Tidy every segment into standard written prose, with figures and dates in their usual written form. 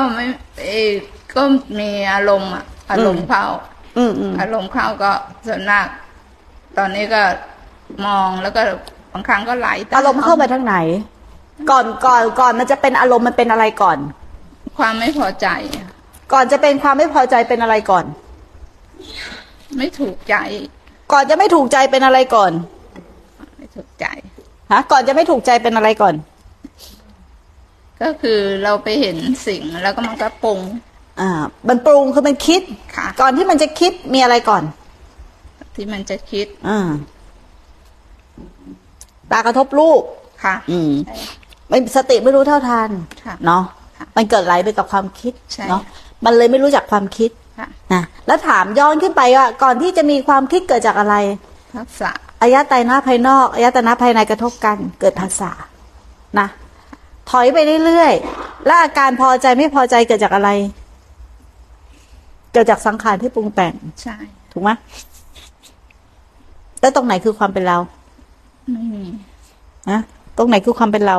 ไม่ก็มีอารมณ์อารมณ์เข้าอารมณ์เข้าก็ส่วนมากตอนนี้ก็มองแล้วก็บางครั้งก็ไหลอารมณ์เข้าไปทางไหนก่อนมันจะเป็นอารมณ์มันเป็นอะไรก่อนความไม่พอใจก่อนจะเป็นความไม่พอใจเป็นอะไรก่อนไม่ถูกใจก่อนจะไม่ถูกใจเป็นอะไรก่อนไม่ถูกใจก่อนจะไม่ถูกใจเป็นอะไรก่อนก็คือเราไปเห็นสิ่งแล้วก็มันก็ปรุงมันปรุงคือมันคิดก่อนที่มันจะคิดมีอะไรก่อนที่มันจะคิดตากระทบรูปค่ะไม่สติไม่รู้เท่าทันเนาะมันเกิดไหลไปกับความคิดเนาะมันเลยไม่รู้จักความคิดนะแล้วถามย้อนขึ้นไปว่าก่อนที่จะมีความคิดเกิดจากอะไรผัสสะอายตนะภายนอกอายตนะภายในกระทบกันเกิดผัสสะนะถอยไปเรื่อยๆแล้วอาการพอใจไม่พอใจเกิดจากอะไรเกิดจากสังขารที่ปรุงแต่งใช่ถูกไหมแล้วตรงไหนคือความเป็นเราไม่มีนะตรงไหนคือความเป็นเรา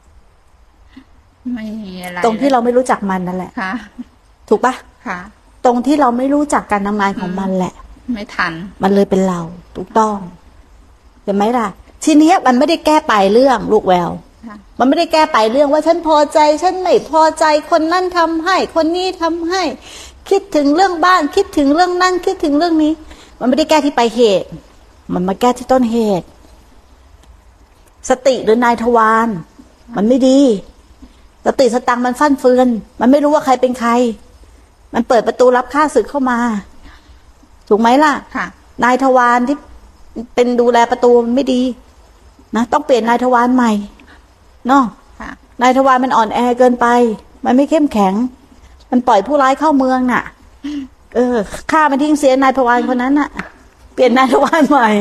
ไม่มีอะไรตรงที่เราไม่รู้จักมันนั่นแหละค่ะถูกปะค่ะตรงที่เราไม่รู้จักการทำงานของมันแหละไม่ทันมันเลยเป็นเราถูกต้องเห็นไหมล่ะทีนี้มันไม่ได้แก้ไปเรื่องลูกแววมันไม่ได้แก้ไปเรื่องว่าฉันพอใจฉันไม่พอใจคนนั่นทำให้คนนี้ทำให้คิดถึงเรื่องบ้านคิดถึงเรื่องนั่นคิดถึงเรื่องนี้มันไม่ได้แก้ที่ปลายเหตุมันมาแก้ที่ต้นเหตุสติหรือนายทวารมันไม่ดีสติสตังมันฟั่นเฟือนมันไม่รู้ว่าใครเป็นใครมันเปิดประตูรับข้าศึกเข้ามาถูกไหมล่ะนายทวารที่เป็นดูแลประตูมันไม่ดีนะต้องเปลี่ยนนายทวารใหม่เนาะนายทวารมันอ่อนแอเกินไปมันไม่เข้มแข็งมันปล่อยผู้ร้ายเข้าเมืองน่ะฆ่ามันทิ้งเสียนายทวารคนนั้นน่ะเปลี่ยนนายทวารใหม่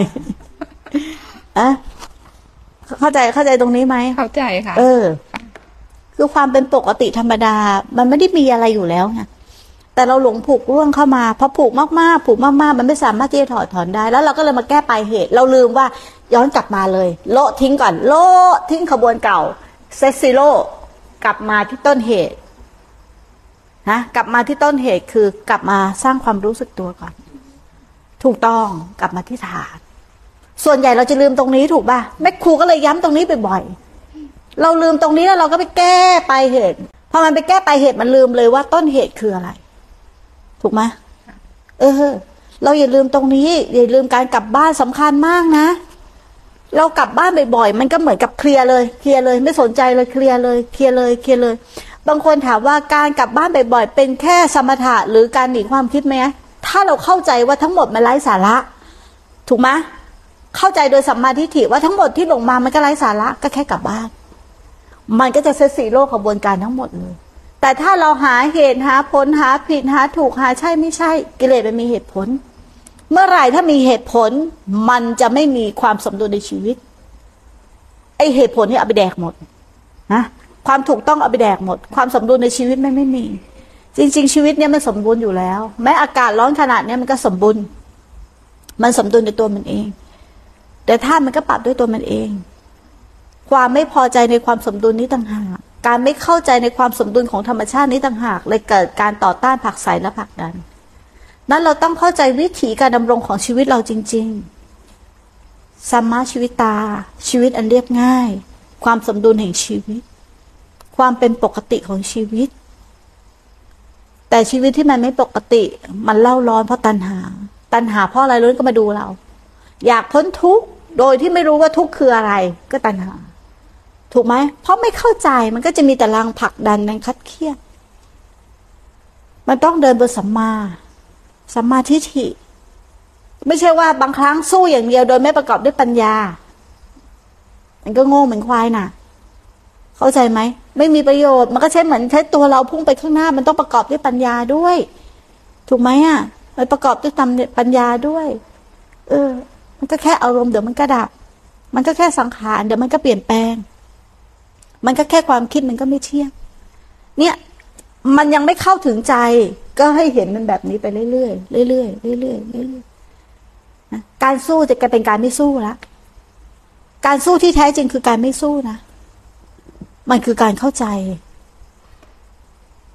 เข้าใจตรงนี้ไหมเข้าใจค่ะคือความเป็นปกติธรรมดามันไม่ได้มีอะไรอยู่แล้วไงแต่เราหลงผูกร่วงเข้ามาพอผูกมากๆผูกมากๆมันไม่สามารถที่จะถอดถอนได้แล้วเราก็เลยมาแก้ปลายเหตุเราลืมว่าย้อนกลับมาเลยโละทิ้งก่อนโละทิ้งขบวนเก่าเซตซิโลกลับมาที่ต้นเหตุกลับมาที่ต้นเหตุคือกลับมาสร้างความรู้สึกตัวก่อนถูกต้องกลับมาที่ฐานส่วนใหญ่เราจะลืมตรงนี้ถูกป่ะแม่ครูก็เลยย้ำตรงนี้บ่อยๆเราลืมตรงนี้แล้วเราก็ไปแก้ปลายเหตุพอมันไปแก้ปลายเหตุมันลืมเลยว่าต้นเหตุคืออะไรถูกไหมเราอย่าลืมตรงนี้อย่าลืมการกลับบ้านสำคัญมากนะเรากลับบ้านบ่อยๆมันก็เหมือนกับเคลียร์เลยไม่สนใจเลยเคลียร์เลยบางคนถามว่าการกลับบ้านบ่อยๆเป็นแค่สมถะหรือการหนีความคิดไหมถ้าเราเข้าใจว่าทั้งหมดมันไร้สาระถูกไหมเข้าใจโดยสัมมาทิฏฐิว่าทั้งหมดที่ลงมามันก็ไร้สาระก็แค่กลับบ้านมันก็จะเซตซีโร่ขบวนการทั้งหมดเลยแต่ถ้าเราหาเหตุหาผลหาผิดหาถูกหาใช่ไม่ใช่กิเลสมันมีเหตุผลเมื่อไหร่ถ้ามีเหตุผลมันจะไม่มีความสมดุลในชีวิตไอเหตุผลนี่เอาไปแดกหมดนะความถูกต้องเอาไปแดกหมดความสมดุลในชีวิตไม่มีจริงๆชีวิตเนี่ยมันสมบูรณ์อยู่แล้วแม้อากาศร้อนขนาดนี้มันก็สมบูรณ์มันสมดุลในตัวมันเองแต่ธาตุมันก็ปรับด้วยตัวมันเองความไม่พอใจในความสมดุลนี้ต่างหากการไม่เข้าใจในความสมดุลของธรรมชาตินี้ต่างหากเลยเกิดการต่อต้านผลักไสและผลักดันนั้นเราต้องเข้าใจวิถีการดำรงของชีวิตเราจริงๆสัมมาชีวิตาชีวิตอันเรียบง่ายความสมดุลแห่งชีวิตความเป็นปกติของชีวิตแต่ชีวิตที่มันไม่ปกติมันเล่าร้อนเพราะตัณหาเพราะอะไรล้วนก็มาดูเราอยากพ้นทุกข์โดยที่ไม่รู้ว่าทุกข์คืออะไรก็ตัณหาถูกไหมเพราะไม่เข้าใจมันก็จะมีแต่แรงผลักดันแรงคัดเคียดมันต้องเดินบนสัมมาทิฏฐิไม่ใช่ว่าบางครั้งสู้อย่างเดียวโดยไม่ประกอบด้วยปัญญามันก็โง่เหมือนควายน่ะเข้าใจไหมไม่มีประโยชน์มันก็ใช้เหมือนใช้ตัวเราพุ่งไปข้างหน้ามันต้องประกอบด้วยปัญญาด้วยถูกไหมมันประกอบด้วยปัญญาด้วยมันก็แค่อารมณ์เดี๋ยวมันก็ดับมันก็แค่สังขารเดี๋ยวมันก็เปลี่ยนแปลงมันก็แค่ความคิดมันก็ไม่เที่ยงเนี่ยมันยังไม่เข้าถึงใจก็ให้เห็นมันแบบนี้ไปเรื่อยๆนะการสู้จะกลายเป็นการไม่สู้ละการสู้ที่แท้จริงคือการไม่สู้นะมันคือการเข้าใจ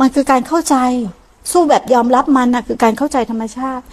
มันคือการเข้าใจสู้แบบยอมรับมันนะคือการเข้าใจธรรมชาติ